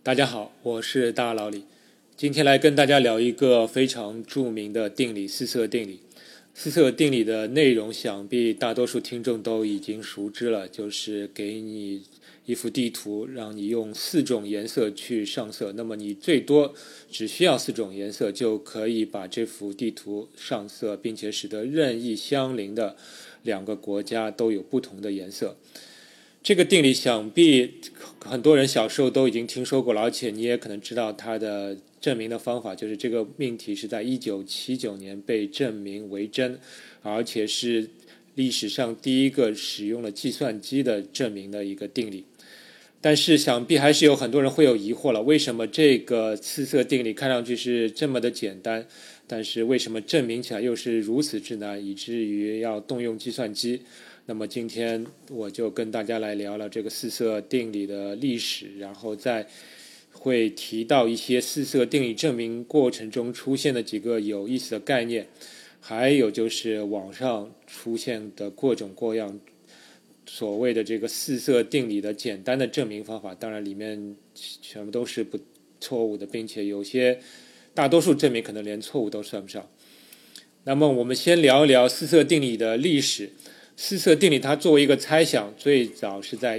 大家好，我是大老李，今天来跟大家聊一个非常著名的定理——四色定理。四色定理的内容想必大多数听众都已经熟知了，就是给你一幅地图，让你用4种颜色去上色，那么你最多只需要4种颜色就可以把这幅地图上色，并且使得任意相邻的2个国家都有不同的颜色。这个定理想必很多人小时候都已经听说过了，而且你也可能知道它的证明的方法，就是这个命题是在1979年被证明为真，而且是历史上第一个使用了计算机的证明的一个定理。但是想必还是有很多人会有疑惑了，为什么这个四色定理看上去是这么的简单，但是为什么证明起来又是如此之难，以至于要动用计算机？那么今天我就跟大家来聊聊这个四色定理的历史，然后再会提到一些四色定理证明过程中出现的几个有意思的概念，还有就是网上出现的各种各样所谓的这个四色定理的简单的证明方法，当然里面全部都是不错误的，并且有些大多数证明可能连错误都算不上。那么我们先聊一聊四色定理的历史。四色定理它作为一个猜想，最早是在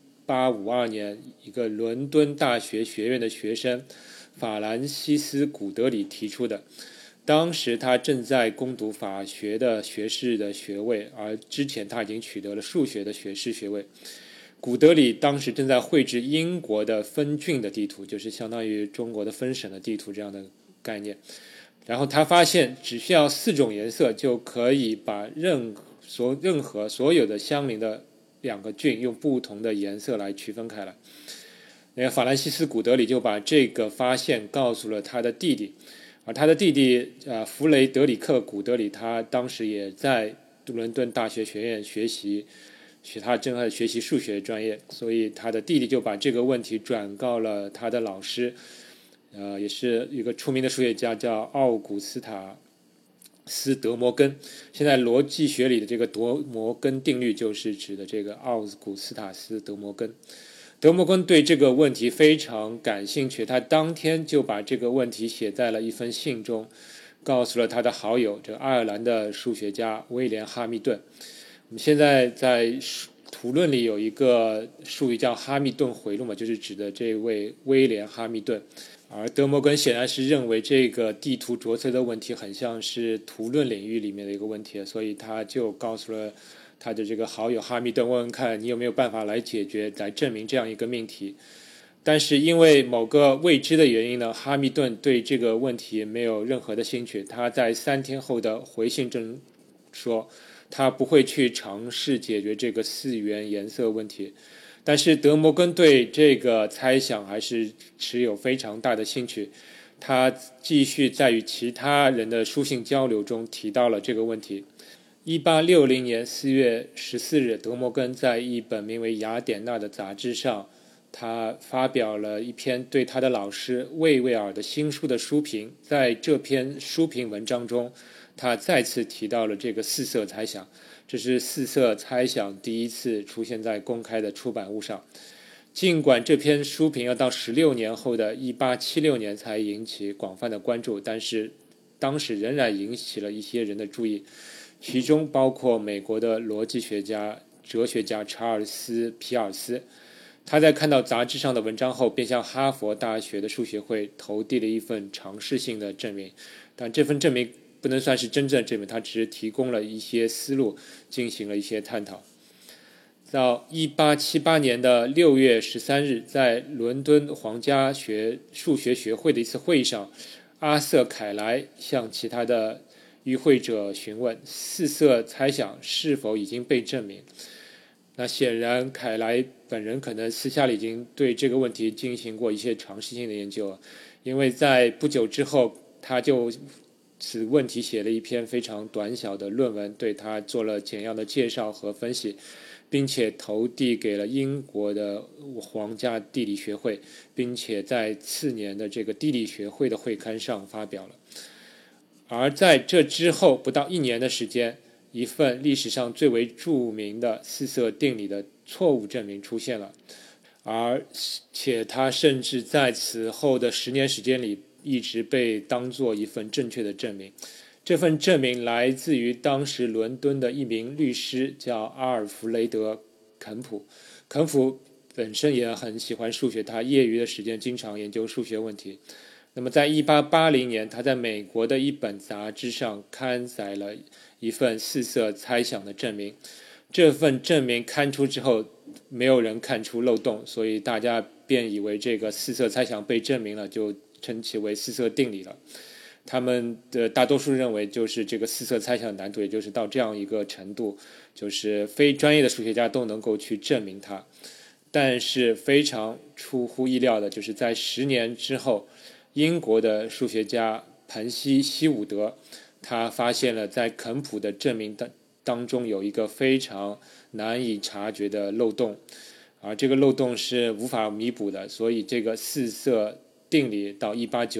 1852年一个伦敦大学学院的学生法兰西斯·古德里提出的。当时他正在攻读法学的学士的学位，而之前他已经取得了数学的学士学位。古德里当时正在绘制英国的分郡的地图，就是相当于中国的分省的地图这样的概念。然后他发现只需要4种颜色就可以把任何所有的相邻的2个郡用不同的颜色来区分开来。那个法兰西斯·古德里就把这个发现告诉了他的弟弟，而他的弟弟弗雷德里克·古德里，他当时也在伦敦大学学院学习数学专业，所以他的弟弟就把这个问题转告了他的老师，也是一个出名的数学家，叫奥古斯塔斯·德摩根。现在逻辑学里的这个德摩根定律就是指的这个奥古斯塔斯·德摩根。德摩根对这个问题非常感兴趣，他当天就把这个问题写在了一封信中，告诉了他的好友，这爱尔兰的数学家威廉·哈密顿。我们现在在图论里有一个术语叫哈密顿回路嘛，就是指的这位威廉·哈密顿。而德摩根显然是认为这个地图着色的问题很像是图论领域里面的一个问题，所以他就告诉了他的这个好友哈密顿，问问看你有没有办法来解决，来证明这样一个命题。但是因为某个未知的原因呢，哈密顿对这个问题没有任何的兴趣。他在3天后的回信中说，他不会去尝试解决这个4元颜色问题。但是德摩根对这个猜想还是持有非常大的兴趣，他继续在与其他人的书信交流中提到了这个问题。1860年4月14日，德摩根在一本名为《雅典娜》的杂志上，他发表了一篇对他的老师魏魏尔的新书的书评。在这篇书评文章中，他再次提到了这个4色猜想，这是4色猜想第一次出现在公开的出版物上。尽管这篇书评要到16年后的1876年才引起广泛的关注，但是当时仍然引起了一些人的注意，其中包括美国的逻辑学家、哲学家查尔斯·皮尔斯。他在看到杂志上的文章后，便向哈佛大学的数学会投递了一份尝试性的证明，但这份证明不能算是真正的证明，它只是提供了一些思路，进行了一些探讨。到1878年的6月13日，在伦敦皇家数学学会的一次会议上，阿瑟·凯莱向其他的与会者询问4色猜想是否已经被证明。那显然凯莱本人可能私下里已经对这个问题进行过一些尝试性的研究了，因为在不久之后他就此问题写了一篇非常短小的论文，对他做了简要的介绍和分析，并且投递给了英国的皇家地理学会，并且在次年的这个地理学会的会刊上发表了。而在这之后不到1年的时间，一份历史上最为著名的4色定理的错误证明出现了。 而且它甚至在此后的10年时间里一直被当作一份正确的证明。这份证明来自于当时伦敦的一名律师，叫阿尔弗雷德·肯普。肯普本身也很喜欢数学，他业余的时间经常研究数学问题。那么在1880年，他在美国的一本杂志上刊载了一份四色猜想的证明。这份证明刊出之后，没有人看出漏洞，所以大家便以为这个四色猜想被证明了，就称其为四色定理了。他们的大多数认为，就是这个四色猜想难度，也就是到这样一个程度，就是非专业的数学家都能够去证明它。但是非常出乎意料的，就是在10年之后，英国的数学家彭西·希伍德，他发现了在肯普的证明当中有一个非常难以察觉的漏洞，而这个漏洞是无法弥补的，所以这个四色定理到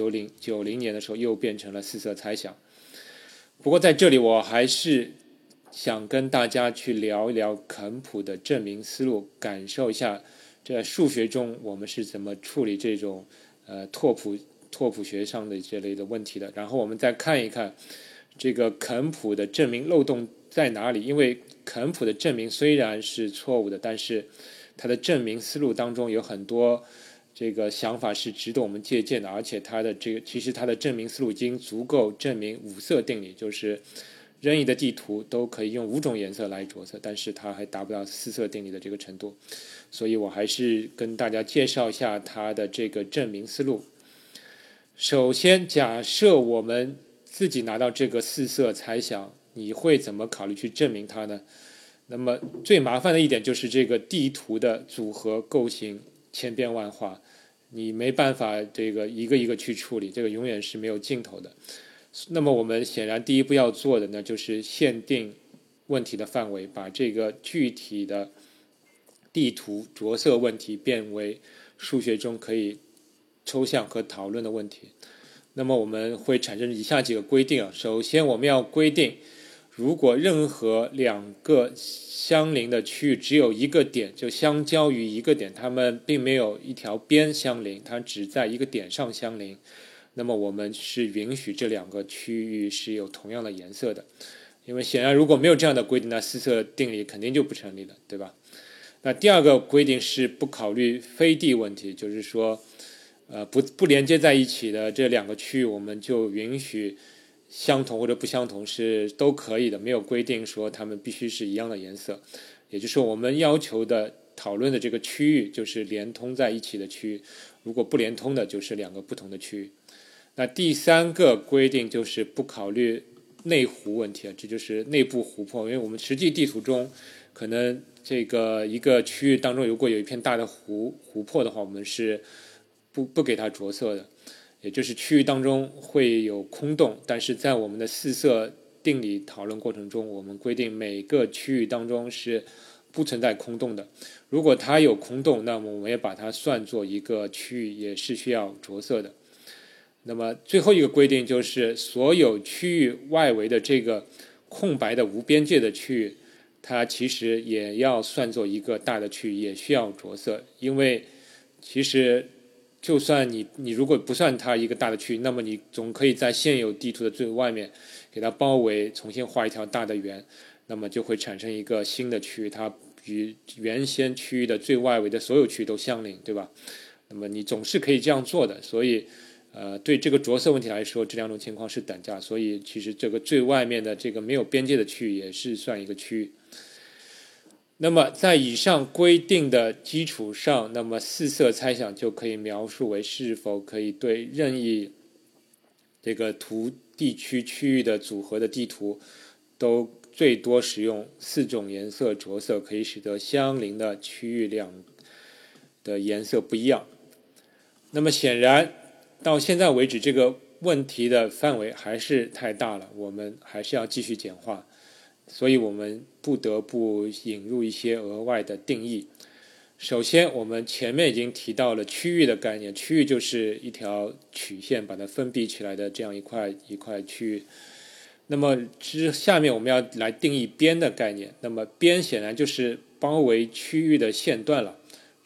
1890年的时候又变成了四色猜想。不过在这里我还是想跟大家去聊一聊肯普的证明思路，感受一下在数学中我们是怎么处理这种拓扑学上的这类的问题的。然后我们再看一看这个肯普的证明漏洞在哪里。因为肯普的证明虽然是错误的，但是他的证明思路当中有很多这个想法是值得我们借鉴的，而且其实他的证明思路已经足够证明五色定理，就是任意的地图都可以用5种颜色来着色，但是它还达不到四色定理的这个程度。所以我还是跟大家介绍一下它的这个证明思路。首先，假设我们自己拿到这个四色猜想，你会怎么考虑去证明它呢？那么最麻烦的一点就是这个地图的组合构型千变万化，你没办法这个一个一个去处理，这个永远是没有尽头的。那么我们显然第一步要做的呢，就是限定问题的范围，把这个具体的地图着色问题变为数学中可以抽象和讨论的问题。那么我们会产生以下几个规定。首先我们要规定，如果任何2个相邻的区域只有一个点，就相交于一个点，它们并没有一条边相邻，它只在一个点上相邻，那么我们是允许这2个区域是有同样的颜色的。因为显然如果没有这样的规定，那四色定理肯定就不成立了，对吧？那第2个规定是不考虑飞地问题，就是说不连接在一起的这2个区域，我们就允许相同或者不相同是都可以的，没有规定说它们必须是一样的颜色。也就是说我们要求的讨论的这个区域就是连通在一起的区域，如果不连通的就是2个不同的区域。那第3个规定就是不考虑内湖问题，这就是内部湖泊。因为我们实际地图中可能这个一个区域当中如果有一片大的湖泊的话，我们是不给它着色的，也就是区域当中会有空洞。但是在我们的四色定理讨论过程中，我们规定每个区域当中是不存在空洞的。如果它有空洞，那么我们也把它算作一个区域，也是需要着色的。那么最后一个规定就是，所有区域外围的这个空白的无边界的区域，它其实也要算作一个大的区域，也需要着色。因为其实就算你如果不算它一个大的区域，那么你总可以在现有地图的最外面给它包围，重新画一条大的圆，那么就会产生一个新的区域，它与原先区域的最外围的所有区域都相邻，对吧？那么你总是可以这样做的。所以对这个着色问题来说，这2种情况是等价，所以其实这个最外面的这个没有边界的区域也是算一个区域。那么在以上规定的基础上，那么四色猜想就可以描述为是否可以对任意这个地区区域的组合的地图都最多使用4种颜色着色，可以使得相邻的区域的颜色不一样。那么显然到现在为止，这个问题的范围还是太大了，我们还是要继续简化，所以我们不得不引入一些额外的定义。首先我们前面已经提到了区域的概念，区域就是一条曲线把它分闭起来的这样一块区域。那么下面我们要来定义边的概念，那么边显然就是包围区域的线段了，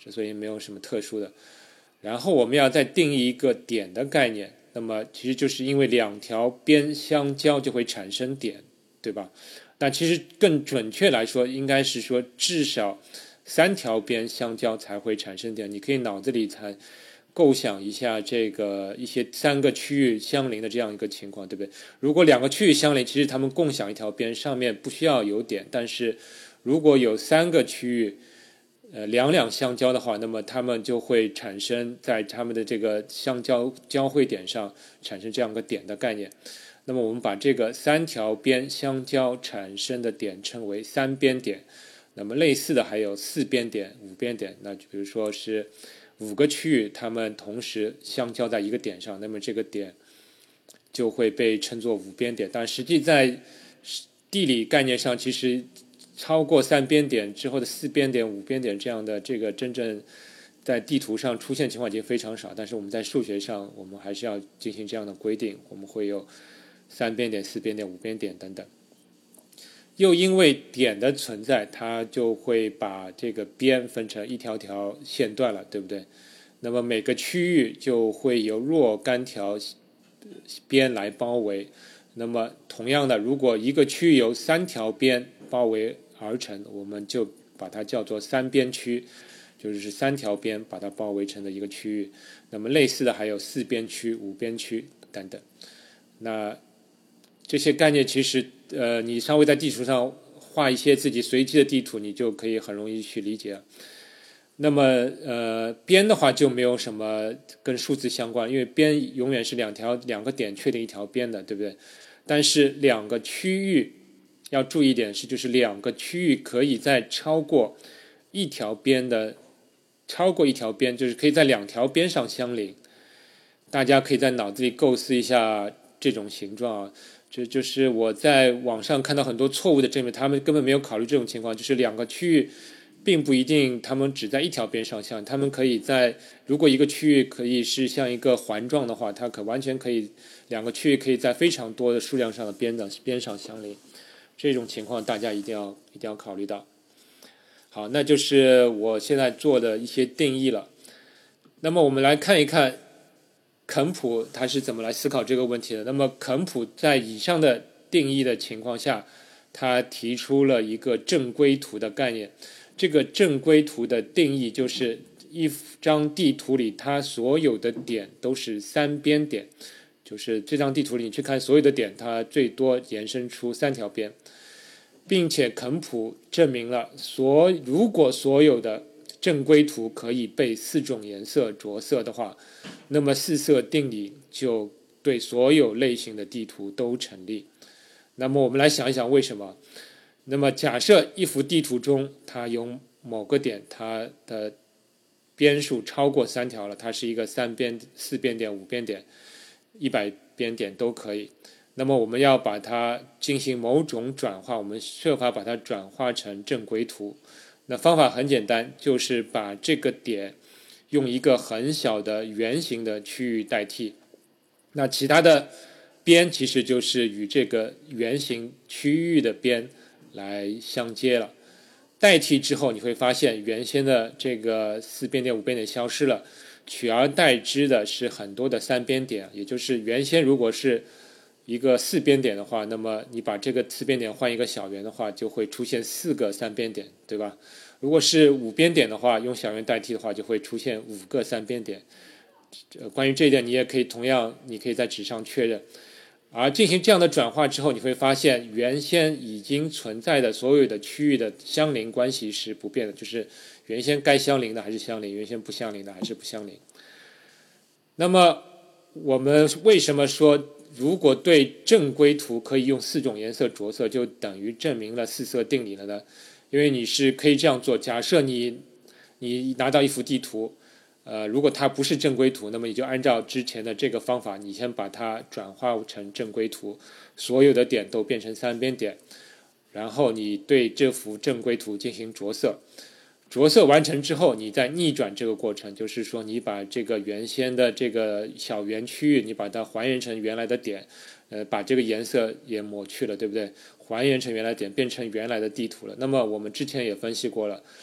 所以没有什么特殊的。然后我们要再定义一个点的概念，那么其实就是因为两条边相交就会产生点，对吧？那其实更准确来说，应该是说至少三条边相交才会产生点。你可以脑子里才构想一下这个一些三个区域相邻的这样一个情况，对不对？如果两个区域相邻，其实它们共享一条边，上面不需要有点，但是如果有三个区域两相交的话，那么它们就会产生在它们的这个交汇点上产生这样一个点的概念。那么我们把这个三条边相交产生的点称为三边点。那么类似的还有四边点、五边点。那比如说是5个区域，它们同时相交在一个点上，那么这个点就会被称作五边点。但实际在地理概念上，其实超过三边点之后的四边点、五边点这样的这个真正在地图上出现情况已经非常少，但是我们在数学上我们还是要进行这样的规定，我们会有三边点、四边点、五边点等等。又因为点的存在，它就会把这个边分成一条条线段了，对不对？那么每个区域就会有若干条边来包围。那么同样的，如果一个区域由3条边包围而成，我们就把它叫做三边区，就是3条边把它包围成的一个区域。那么类似的还有4边区、5边区等等。那这些概念其实你稍微在地图上画一些自己随机的地图，你就可以很容易去理解了。那么边的话就没有什么跟数字相关，因为边永远是两个点确定一条边的，对不对？但是两个区域要注意一点是，就是两个区域可以在超过一条边，就是可以在2条边上相邻。大家可以在脑子里构思一下这种形状啊。这就是我在网上看到很多错误的证明，他们根本没有考虑这种情况，就是两个区域并不一定他们只在一条边上相，他们可以在如果一个区域可以是像一个环状的话，它完全可以两个区域可以在非常多的数量上的边上相邻。这种情况大家一定要考虑到。好，那就是我现在做的一些定义了。那么我们来看一看肯普他是怎么来思考这个问题的。那么肯普在以上的定义的情况下，他提出了一个正规图的概念。这个正规图的定义就是一张地图里它所有的点都是三边点，就是这张地图里你去看所有的点，它最多延伸出3条边，并且肯普证明了如果所有的正规图可以被4种颜色着色的话，那么四色定理就对所有类型的地图都成立。那么我们来想一想为什么。那么假设一幅地图中它有某个点它的边数超过3条了，它是一个3边、4边点、5边点、100边点都可以。那么我们要把它进行某种转化，我们设法把它转化成正规图。那方法很简单，就是把这个点用一个很小的圆形的区域代替。那其他的边其实就是与这个圆形区域的边来相接了。代替之后，你会发现原先的这个4边点、5边点消失了，取而代之的是很多的3边点。也就是原先如果是一个4边点的话，那么你把这个4边点换一个小圆的话，就会出现4个3边点，对吧？如果是5边点的话，用小圆代替的话，就会出现5个3边点。关于这一点，你也可以你可以在纸上确认。而进行这样的转化之后，你会发现原先已经存在的所有的区域的相邻关系是不变的，就是原先该相邻的还是相邻，原先不相邻的还是不相邻。那么我们为什么说如果对正规图可以用4种颜色着色，就等于证明了四色定理了呢？因为你是可以这样做，假设你拿到一幅地图，如果它不是正规图，那么你就按照之前的这个方法，你先把它转化成正规图，所有的点都变成3边点，然后你对这幅正规图进行着色。着色完成之后，你再逆转这个过程，就是说你把这个原先的这个小圆区域，你把它还原成原来的点，把这个颜色也抹去了，对不对？还原成原来点，变成原来的地图了。那么我们之前也分析过了，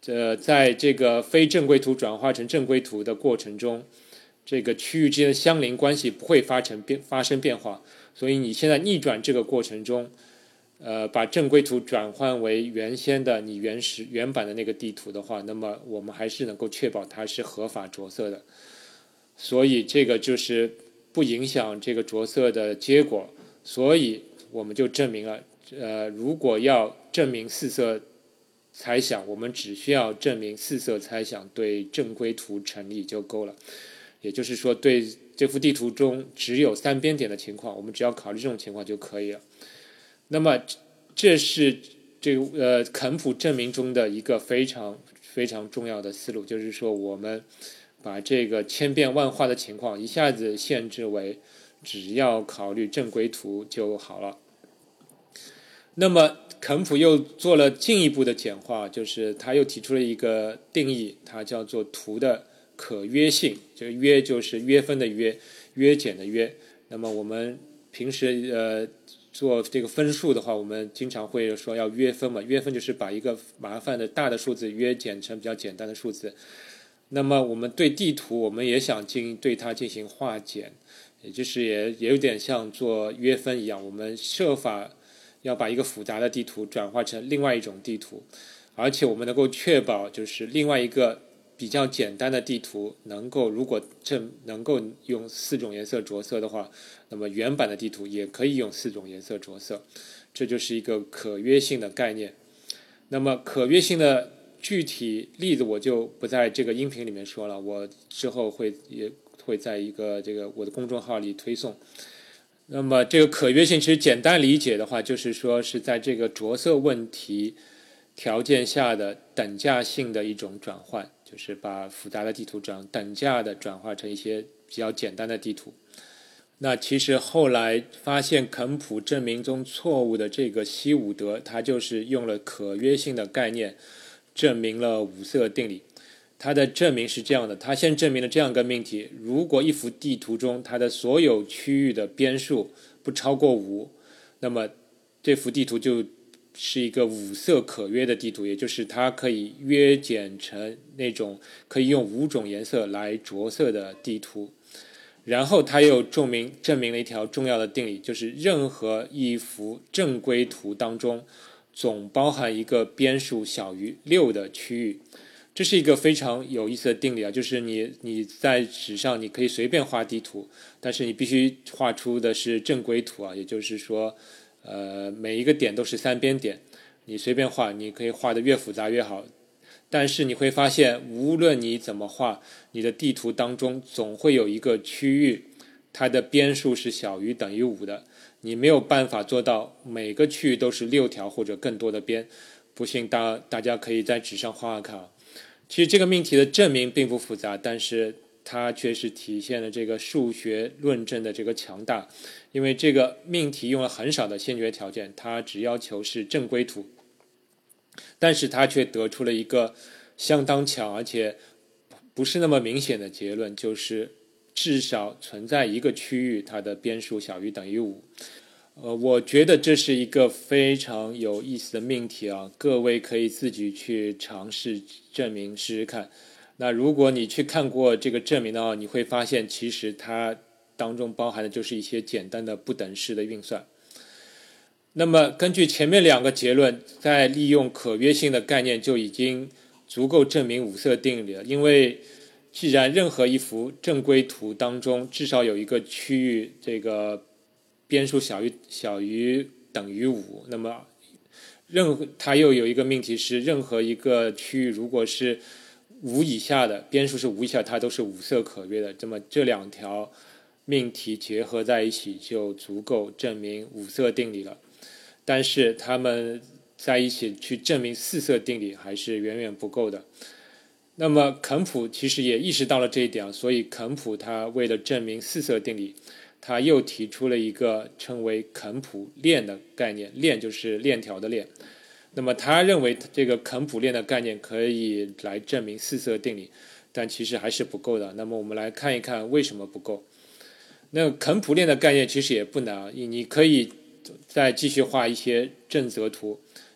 在这个非正规图转化成正规图的过程中，这个区域之间的相邻关系不会发生变化，所以你现在逆转这个过程中，把正规图转换为原先的你原版的那个地图的话，那么我们还是能够确保它是合法着色的，所以这个就是不影响这个着色的结果，所以我们就证明了，如果要证明四色猜想，我们只需要证明四色猜想对正规图成立就够了。也就是说，对这幅地图中只有三边点的情况，我们只要考虑这种情况就可以了。那么，这是这个肯普证明中的一个非常非常重要的思路，就是说我们把这个千变万化的情况一下子限制为只要考虑正规图就好了。那么肯普又做了进一步的简化，就是他又提出了一个定义，它叫做图的可约性。这个约就是约分的约，约减的约。那么我们平时做这个分数的话，我们经常会说要约分嘛，约分就是把一个麻烦的大的数字约减成比较简单的数字。那么我们对地图，我们也想对它进行化简，也就是也有点像做约分一样，我们设法要把一个复杂的地图转化成另外一种地图，而且我们能够确保就是另外一个比较简单的地图如果能够用4种颜色着色的话，那么原版的地图也可以用4种颜色着色，这就是一个可约性的概念。那么可约性的具体例子我就不在这个音频里面说了，我之后也会在一个我的公众号里推送。那么这个可约性其实简单理解的话，就是说是在这个着色问题条件下的等价性的一种转换，就是把复杂的地图等价的转化成一些比较简单的地图。那其实后来发现肯普证明中错误的这个希伍德，他就是用了可约性的概念证明了五色定理。他的证明是这样的，他先证明了这样一个命题：如果一幅地图中它的所有区域的边数不超过5，那么这幅地图就是一个五色可约的地图，也就是它可以约减成那种可以用5种颜色来着色的地图。然后他又证明了一条重要的定理，就是任何一幅正规图当中总包含一个边数小于6的区域。这是一个非常有意思的定理啊，就是你在纸上你可以随便画地图，但是你必须画出的是正规图啊，也就是说每一个点都是3边点，你随便画，你可以画得越复杂越好。但是你会发现，无论你怎么画，你的地图当中总会有一个区域，它的边数是小于等于5的。你没有办法做到每个区域都是6条或者更多的边。不信大家可以在纸上画画看啊。其实这个命题的证明并不复杂，但是它确实体现了这个数学论证的这个强大。因为这个命题用了很少的先决条件，它只要求是正规图。但是他却得出了一个相当强而且不是那么明显的结论，就是至少存在一个区域它的边数小于等于5。我觉得这是一个非常有意思的命题啊，各位可以自己去尝试证明试试看。那如果你去看过这个证明的话，你会发现其实它当中包含的就是一些简单的不等式的运算。那么根据前面2个结论，在利用可约性的概念就已经足够证明五色定理了。因为既然任何一幅正规图当中至少有一个区域这个边数小于等于5，那么它又有一个命题是任何一个区域如果是5以下的，边数是5以下，它都是五色可约的。这么这2条命题结合在一起就足够证明五色定理了。但是他们在一起去证明4色定理还是远远不够的。那么肯普其实也意识到了这一点，所以肯普他为了证明4色定理，他又提出了一个称为肯普链的概念，链就是链条的链。那么他认为这个肯普链的概念可以来证明4色定理，但其实还是不够的。那么我们来看一看为什么不够。那肯普链的概念其实也不难，你可以再继续画一些正则图，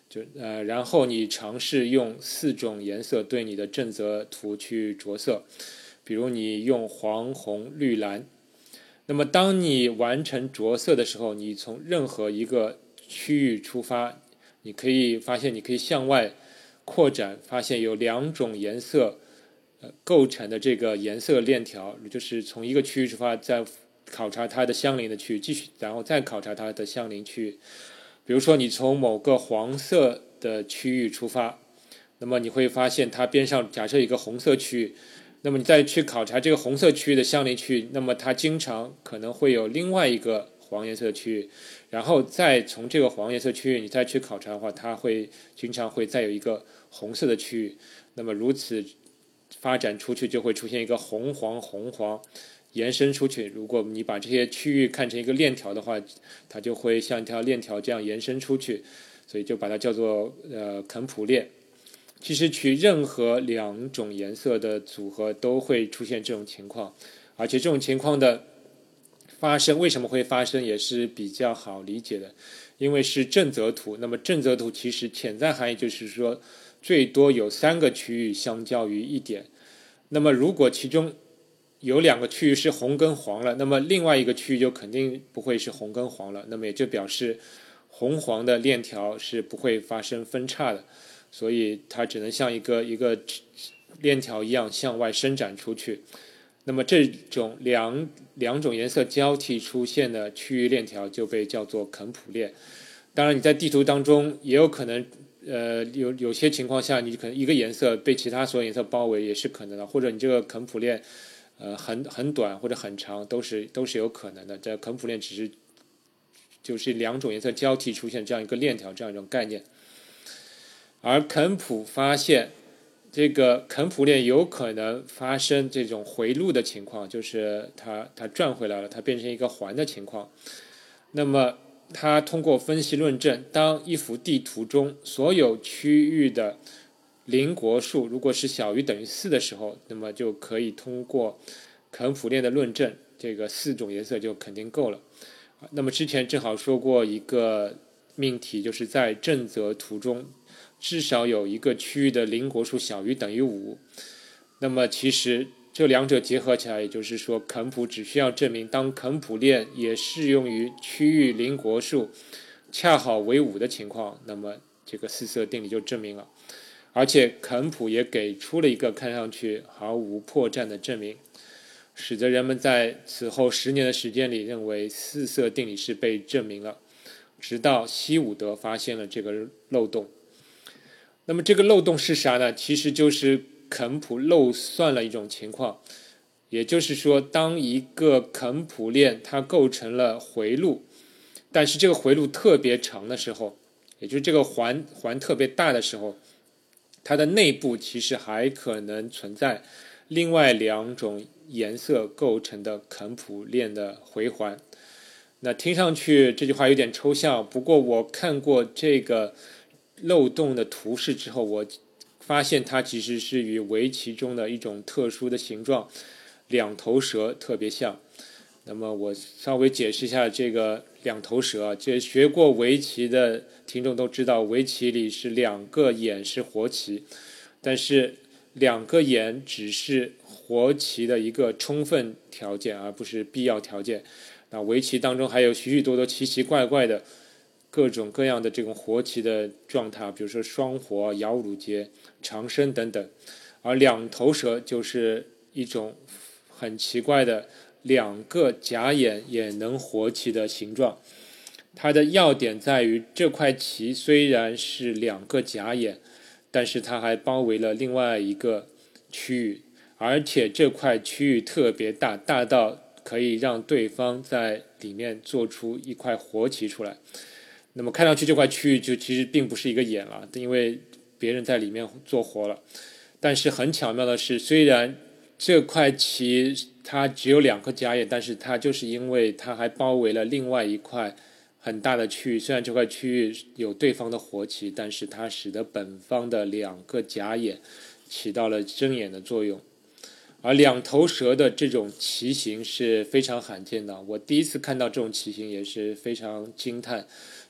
然后你尝试用4种颜色对你的正则图去着色，比如你用黄、红、绿、蓝。那么当你完成着色的时候，你从任何一个区域出发，你可以发现你可以向外扩展，发现有2种颜色构成的这个颜色链条，就是从一个区域出发，再考察它的相邻的区域，继续然后再考察它的相邻区域。比如说你从某个黄色的区域出发，那么你会发现它边上假设一个红色区域，那么你再去考察这个红色区域的相邻区域，那么它经常可能会有另外一个黄颜色区域，然后再从这个黄颜色区域你再去考察的话，它会经常会再有一个红色的区域，那么如此发展出去就会出现一个红黄红黄延伸出去。如果你把这些区域看成一个链条的话，它就会像一条链条这样延伸出去，所以就把它叫做肯普链。其实取任何2种颜色的组合都会出现这种情况，而且这种情况的发生为什么会发生也是比较好理解的，因为是正则图。那么正则图其实潜在含义就是说最多有3个区域相交于1点，那么如果其中有2个区域是红跟黄了，那么另外一个区域就肯定不会是红跟黄了，那么也就表示红黄的链条是不会发生分叉的，所以它只能像一个链条一样向外伸展出去。那么这种两种颜色交替出现的区域链条就被叫做肯普链。当然你在地图当中也有可能有些情况下你可能一个颜色被其他所有颜色包围也是可能的，或者你这个肯普链很短或者很长都是有可能的。这肯普链只是就是2种颜色交替出现这样一个链条这样一种概念。而肯普发现这个肯普链有可能发生这种回路的情况，就是它转回来了，它变成一个环的情况。那么他通过分析论证，当一幅地图中所有区域的邻国数如果是小于等于4的时候，那么就可以通过肯普链的论证，这个4种颜色就肯定够了。那么之前正好说过一个命题，就是在正则图中至少有一个区域的邻国数小于等于5。那么其实这2者结合起来，也就是说肯普只需要证明当肯普链也适用于区域邻国数恰好为5的情况，那么这个4色定理就证明了。而且肯普也给出了一个看上去毫无破绽的证明，使得人们在此后10年的时间里认为4色定理是被证明了，直到希伍德发现了这个漏洞。那么这个漏洞是啥呢？其实就是肯普漏算了一种情况，也就是说当一个肯普链它构成了回路，但是这个回路特别长的时候，也就是这个环特别大的时候，它的内部其实还可能存在另外2种颜色构成的肯普链的回环。那听上去这句话有点抽象，不过我看过这个漏洞的图示之后，我发现它其实是与围棋中的一种特殊的形状2头蛇特别像。那么我稍微解释一下这个2头蛇，这学过围棋的听众都知道，围棋里是2个眼是活棋，但是2个眼只是活棋的一个充分条件，而不是必要条件。那围棋当中还有许许多多奇奇怪怪的各种各样的这种活棋的状态，比如说双活、摇乳阶、长生等等。而2头蛇就是一种很奇怪的2个假眼也能活棋的形状。它的要点在于这块棋虽然是2个假眼，但是它还包围了另外一个区域，而且这块区域特别大，大到可以让对方在里面做出一块活棋出来。那么看上去这块区域就其实并不是一个眼了，因为别人在里面做活了。但是很巧妙的是，虽然这块棋它只有2个假眼，但是它就是因为它还包围了另外一块很大的区域，虽然这块区域有对方的活棋，但是它使得本方的2个假眼起到了睁眼的作用。而2头蛇的这种棋形是非常罕见的，我第一次看到这种棋形也是非常惊叹，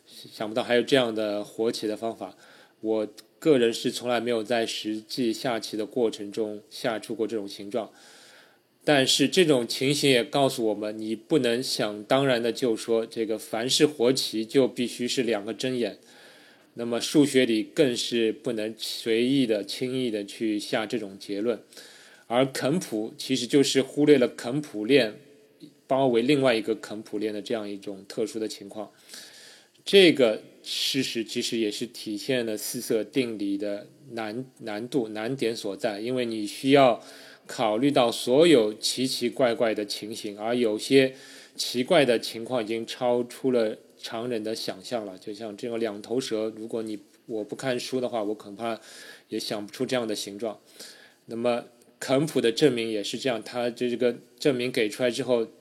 想不到还有这样的活棋的方法。我个人是从来没有在实际下棋的过程中下出过这种形状。但是这种情形也告诉我们，你不能想当然的就说这个凡是活棋就必须是2个睁眼。那么数学里更是不能随意的、轻易的去下这种结论。而肯普其实就是忽略了肯普链包围另外一个肯普链的这样一种特殊的情况。这个事实其实也是体现了四色定理的难点所在，因为你需要考虑到所有奇奇怪怪的情形，而有些奇怪的情况已经超出了常人的想象了。就像这个2头蛇，如果我不看书的话，我恐怕也想不出这样的形状。那么肯普的证明也是这样，他这个证明给出来之后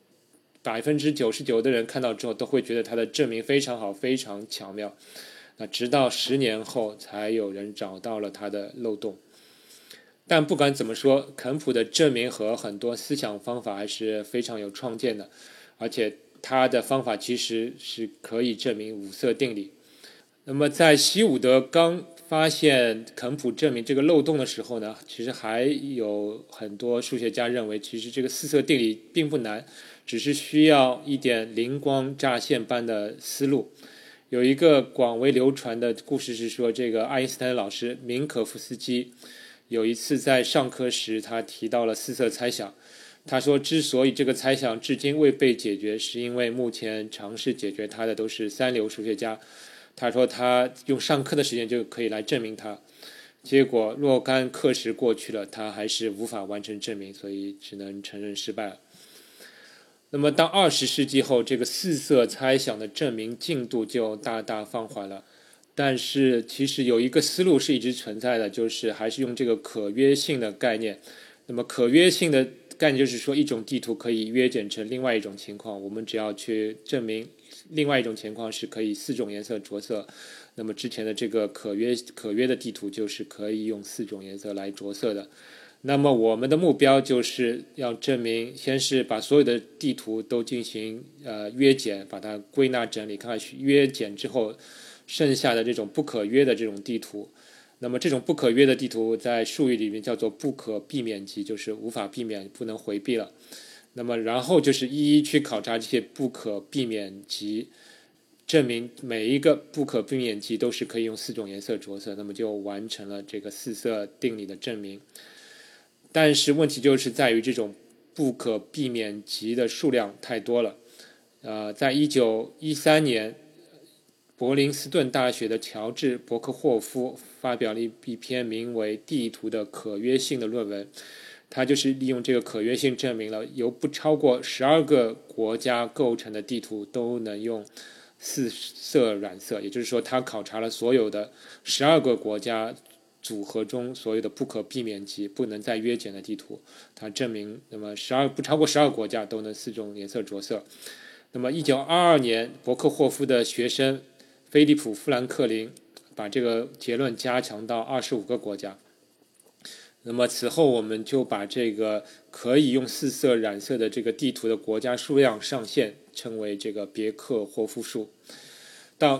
，99%的人看到之后都会觉得他的证明非常好，非常巧妙。那直到10年后，才有人找到了他的漏洞。但不管怎么说，肯普的证明和很多思想方法还是非常有创建的，而且他的方法其实是可以证明五色定理。那么在希伍德刚发现肯普证明这个漏洞的时候呢，其实还有很多数学家认为，其实这个四色定理并不难，只是需要一点灵光乍现般的思路。有一个广为流传的故事是说，这个爱因斯坦的老师明可夫斯基有一次在上课时，他提到了四色猜想。他说，之所以这个猜想至今未被解决，是因为目前尝试解决它的都是3流数学家。他说他用上课的时间就可以来证明它，结果若干课时过去了，他还是无法完成证明，所以只能承认失败了。那么到20世纪后，这个四色猜想的证明进度就大大放缓了。但是其实有一个思路是一直存在的，就是还是用这个可约性的概念。那么可约性的概念就是说，一种地图可以约减成另外一种情况，我们只要去证明另外一种情况是可以4种颜色着色，那么之前的这个可约的地图就是可以用4种颜色来着色的。那么我们的目标就是要证明，先是把所有的地图都进行约减，把它归纳整理，看看约减之后剩下的这种不可约的这种地图。那么这种不可约的地图在术语里面叫做不可避免集，就是无法避免、不能回避了。那么然后就是一一去考察这些不可避免集，证明每一个不可避免集都是可以用4种颜色着色，那么就完成了这个四色定理的证明。但是问题就是在于这种不可避免集的数量太多了。在1913年，柏林斯顿大学的乔治·伯克霍夫发表了一篇名为《地图的可约性》的论文。他就是利用这个可约性证明了由不超过12个国家构成的地图都能用4色染色，也就是说，他考察了所有的12个国家组合中所有的不可避免集不能再约减的地图，他证明那么不超过12个国家都能4种颜色着色。那么1922年，伯克霍夫的学生菲利普·富兰克林把这个结论加强到25个国家。那么此后我们就把这个可以用4色染色的这个地图的国家数量上限称为这个别克霍夫数。到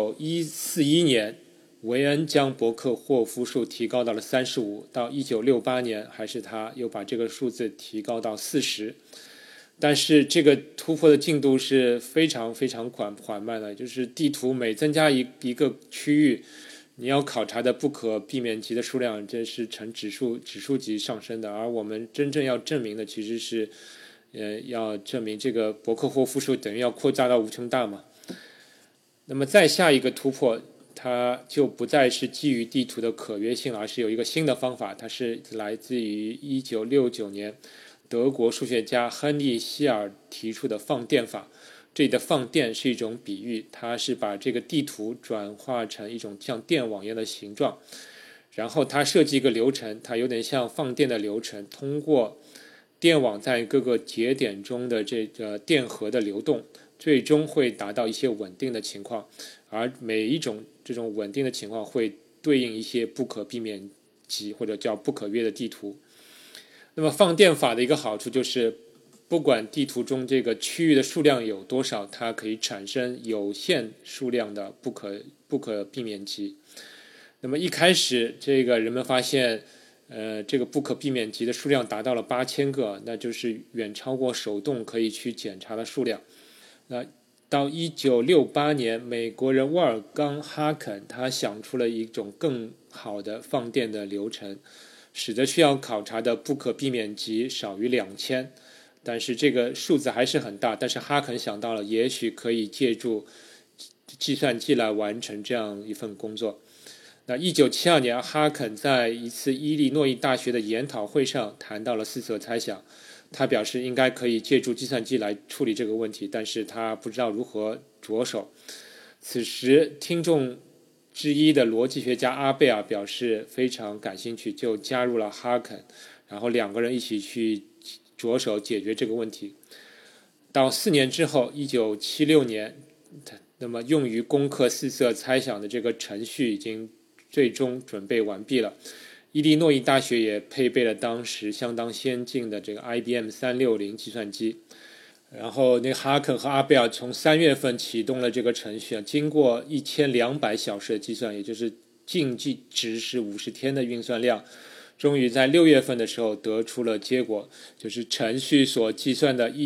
1941年，维恩将伯克霍夫数提高到了35，到1968年还是他又把这个数字提高到40。但是这个突破的进度是非常非常缓慢的，就是地图每增加一个区域，你要考察的不可避免集的数量，这是呈指数级上升的。而我们真正要证明的其实是，要证明这个伯克霍夫数等于要扩大到无穷大嘛。那么再下一个突破，它就不再是基于地图的可约性，而是有一个新的方法，它是来自于1969年德国数学家亨利·希尔提出的放电法。这里的放电是一种比喻，它是把这个地图转化成一种像电网一样的形状，然后它设计一个流程，它有点像放电的流程，通过电网在各个节点中的这个电荷的流动，最终会达到一些稳定的情况，而每一种这种稳定的情况会对应一些不可避免集或者叫不可约的地图。那么放电法的一个好处就是不管地图中这个区域的数量有多少，它可以产生有限数量的不可避免级。那么一开始，这个人们发现，这个不可避免级的数量达到了8000个，那就是远超过手动可以去检查的数量。那到1968年，美国人沃尔冈·哈肯他想出了一种更好的放电的流程，使得需要考察的不可避免级少于2000。但是这个数字还是很大，但是哈肯想到了，也许可以借助计算机来完成这样一份工作。那1972年，哈肯在一次伊利诺伊大学的研讨会上谈到了四色猜想。他表示应该可以借助计算机来处理这个问题，但是他不知道如何着手。此时，听众之一的逻辑学家阿贝尔表示非常感兴趣，就加入了哈肯，然后2个人一起去着手解决这个问题。到4年之后，1976年，那么用于攻克四色猜想的这个程序已经最终准备完毕了。伊利诺伊大学也配备了当时相当先进的这个 IBM 360计算机。然后那哈肯和阿贝尔从3月份启动了这个程序，经过1200小时的计算，也就是净计值是50天的运算量，终于在6月份的时候得出了结果，就是程序所计算的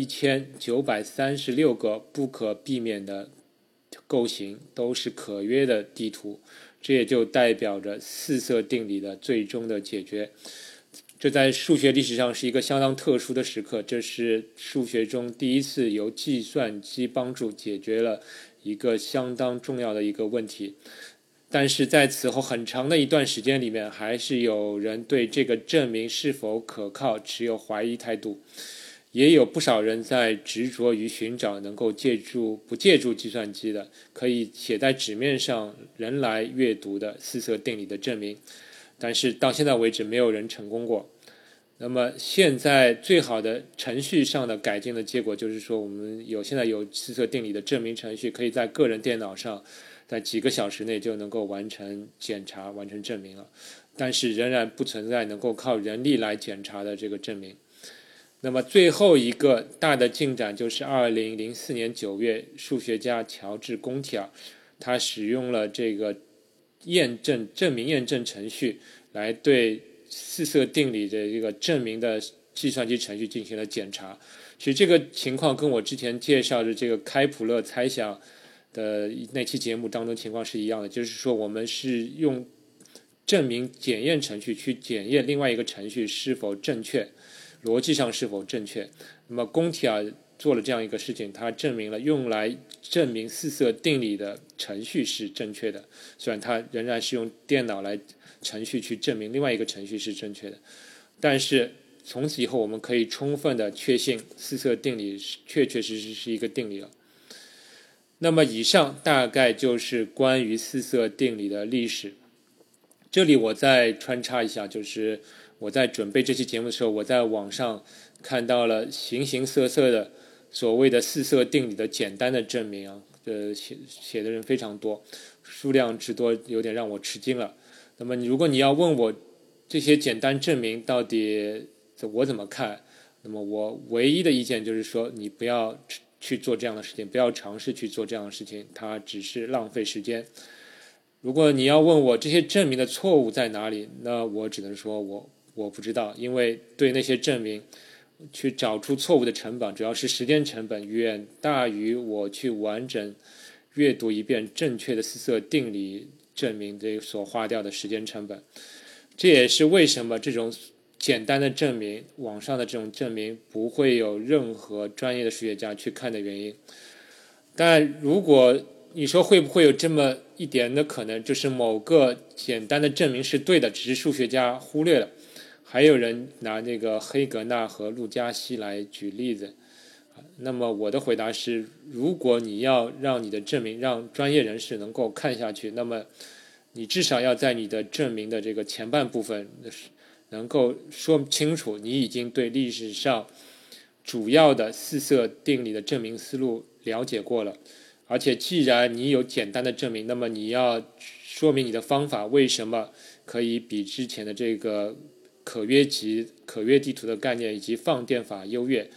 1936个不可避免的构型都是可约的地图。这也就代表着四色定理的最终的解决。这在数学历史上是一个相当特殊的时刻，这是数学中第一次由计算机帮助解决了一个相当重要的一个问题。但是在此后很长的一段时间里面，还是有人对这个证明是否可靠持有怀疑态度。也有不少人在执着于寻找能够不借助计算机的，可以写在纸面上人来阅读的四色定理的证明，但是到现在为止没有人成功过。那么现在最好的程序上的改进的结果就是说，我们现在有四色定理的证明程序，可以在个人电脑上在几个小时内就能够完成检查、完成证明了，但是仍然不存在能够靠人力来检查的这个证明。那么最后一个大的进展就是2004年9月，数学家乔治·贡提尔，他使用了这个证明验证程序来对四色定理的这个证明的计算机程序进行了检查。其实这个情况跟我之前介绍的这个开普勒猜想的那期节目当中情况是一样的，就是说我们是用证明检验程序去检验另外一个程序是否正确，逻辑上是否正确。那么贡提尔做了这样一个事情，他证明了用来证明四色定理的程序是正确的，虽然他仍然是用电脑来程序去证明另外一个程序是正确的，但是从此以后我们可以充分的确信四色定理确确实实是一个定理了。那么以上大概就是关于四色定理的历史。这里我再穿插一下，就是我在准备这期节目的时候，我在网上看到了形形色色的所谓的四色定理的简单的证明啊，写的人非常多，数量之多有点让我吃惊了。那么如果你要问我这些简单证明到底我怎么看，那么我唯一的意见就是说，你不要去做这样的事情，不要尝试去做这样的事情，它只是浪费时间。如果你要问我这些证明的错误在哪里，那我只能说我不知道，因为对那些证明去找出错误的成本，主要是时间成本远大于我去完整阅读一遍正确的四色定理证明这所花掉的时间成本。这也是为什么这种简单的证明，网上的这种证明不会有任何专业的数学家去看的原因。但如果你说会不会有这么一点的可能，就是某个简单的证明是对的，只是数学家忽略了？还有人拿那个黑格纳和路加希来举例子。那么我的回答是，如果你要让你的证明让专业人士能够看下去，那么你至少要在你的证明的这个前半部分能够说清楚你已经对历史上主要的四色定理的证明思路了解过了。而且既然你有简单的证明，那么你要说明你的方法为什么可以比之前的这个可约地图的概念以及放电法优越。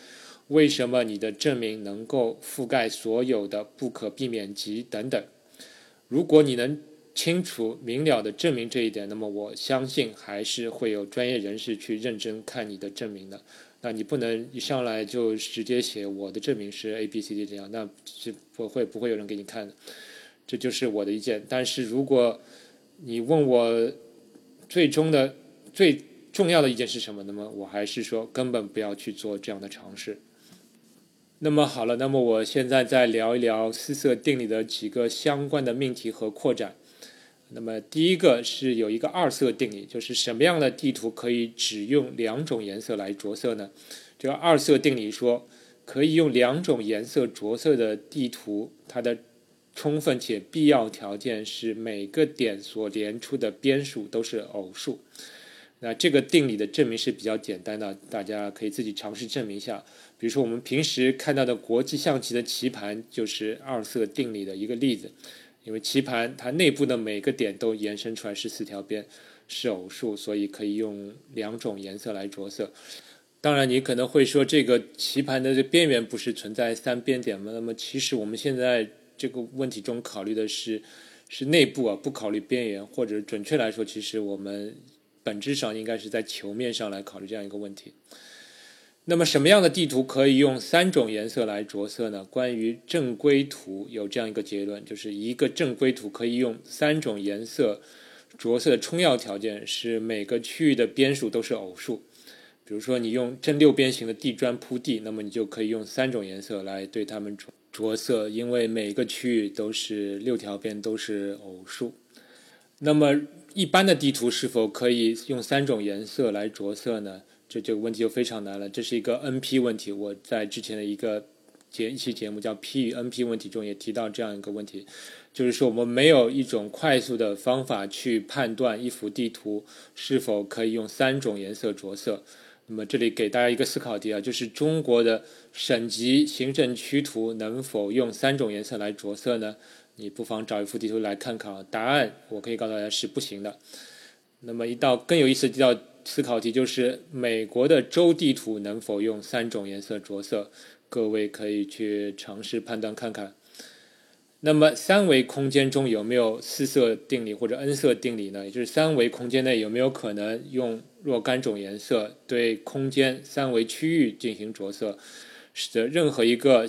为什么你的证明能够覆盖所有的不可避免级等等。如果你能清楚明了的证明这一点，那么我相信还是会有专业人士去认真看你的证明的。那你不能一上来就直接写我的证明是 ABCD 这样，那是不会有人给你看的。这就是我的意见。但是如果你问我最重要的意见是什么，那么我还是说根本不要去做这样的尝试。那么好了，那么我现在再聊一聊四色定理的几个相关的命题和扩展。那么第一个是有一个二色定理，就是什么样的地图可以只用两种颜色来着色呢？这个二色定理说，可以用两种颜色着色的地图，它的充分且必要条件是每个点所连出的边数都是偶数。那这个定理的证明是比较简单的，大家可以自己尝试证明一下。比如说我们平时看到的国际象棋的棋盘就是二色定理的一个例子，因为棋盘它内部的每个点都延伸出来是4条边，是偶数，所以可以用两种颜色来着色。当然你可能会说这个棋盘的边缘不是存在3边点吗？那么其实我们现在这个问题中考虑的是内部啊，不考虑边缘，或者准确来说其实我们本质上应该是在球面上来考虑这样一个问题。那么什么样的地图可以用3种颜色来着色呢？关于正规图有这样一个结论，就是一个正规图可以用3种颜色着色的充要条件是每个区域的边数都是偶数。比如说你用正六边形的地砖铺地，那么你就可以用3种颜色来对它们着色，因为每个区域都是6条边都是偶数。那么一般的地图是否可以用3种颜色来着色呢？这个问题就非常难了，这是一个 NP 问题。我在之前的一期节目叫 P 与 NP 问题中也提到这样一个问题，就是说我们没有一种快速的方法去判断一幅地图是否可以用3种颜色着色。那么这里给大家一个思考题啊，就是中国的省级行政区图能否用3种颜色来着色呢？你不妨找一幅地图来看看啊，答案我可以告诉大家是不行的。那么一道更有意思的一道思考题就是美国的州地图能否用3种颜色着色？各位可以去尝试判断看看。那么三维空间中有没有4色定理或者 N 色定理呢？也就是三维空间内有没有可能用若干种颜色对空间3维区域进行着色，使得任何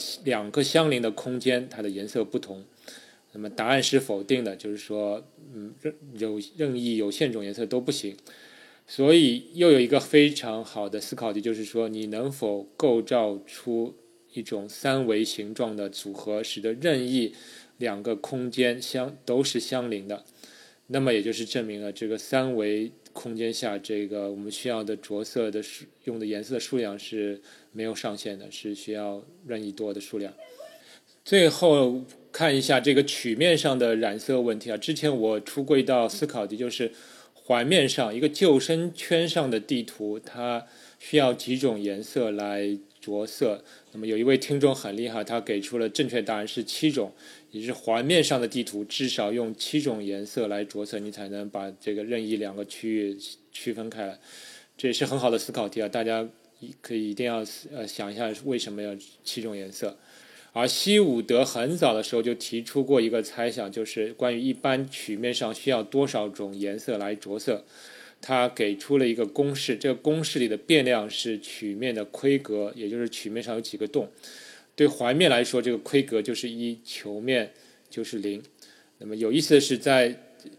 2个相邻的空间它的颜色不同？那么答案是否定的，就是说任意有限种颜色都不行。所以又有一个非常好的思考题，就是说你能否构造出一种3维形状的组合，使得任意2个空间都是相邻的。那么也就是证明了这个3维空间下，这个我们需要的着色的用的颜色的数量是没有上限的，是需要任意多的数量。最后看一下这个曲面上的染色问题啊，之前我出过一道思考题，就是环面上一个救生圈上的地图，它需要几种颜色来着色？那么有一位听众很厉害，他给出了正确答案是7种，也就是环面上的地图至少用7种颜色来着色，你才能把这个任意2个区域区分开来。这也是很好的思考题啊，大家一定要想一下为什么要7种颜色。而希伍德很早的时候就提出过一个猜想，就是关于一般曲面上需要多少种颜色来着色。他给出了一个公式，这个公式里的变量是曲面的亏格，也就是曲面上有几个洞。对环面来说，这个亏格就是1，球面就是0。那么有意思的是，在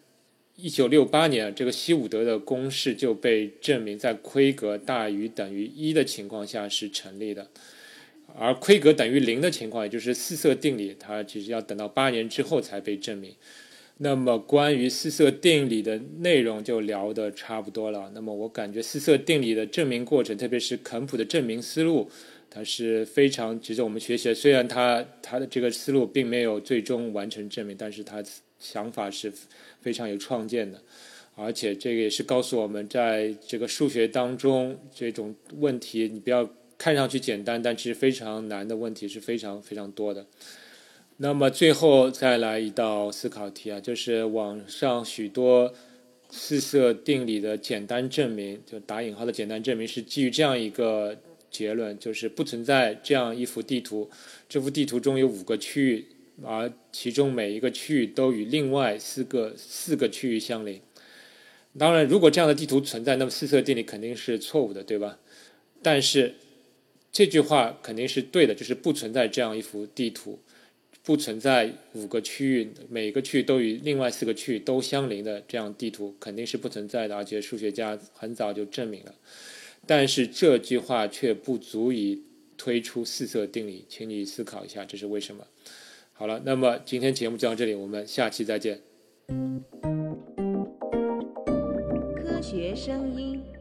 1968年，这个希伍德的公式就被证明在亏格大于等于1的情况下是成立的。而亏格等于0的情况，也就是4色定理，它其实要等到8年之后才被证明。那么关于4色定理的内容就聊得差不多了。那么我感觉4色定理的证明过程，特别是肯普的证明思路，它是非常值得我们学习的。虽然他的这个思路并没有最终完成证明，但是他想法是非常有创建的。而且这个也是告诉我们，在这个数学当中，这种问题你不要看上去简单，但其实非常难的问题是非常非常多的。那么最后再来一道思考题啊，就是网上许多4色定理的简单证明，就打引号的简单证明，是基于这样一个结论，就是不存在这样一幅地图，这幅地图中有5个区域，而其中每一个区域都与另外4个区域相邻。当然，如果这样的地图存在，那么四色定理肯定是错误的，对吧？但是这句话肯定是对的，就是不存在这样一幅地图，不存在5个区域，每个区域都与另外4个区域都相邻的这样地图肯定是不存在的，而且数学家很早就证明了。但是这句话却不足以推出四色定理，请你思考一下这是为什么。好了，那么今天节目就到这里，我们下期再见。 科学声音。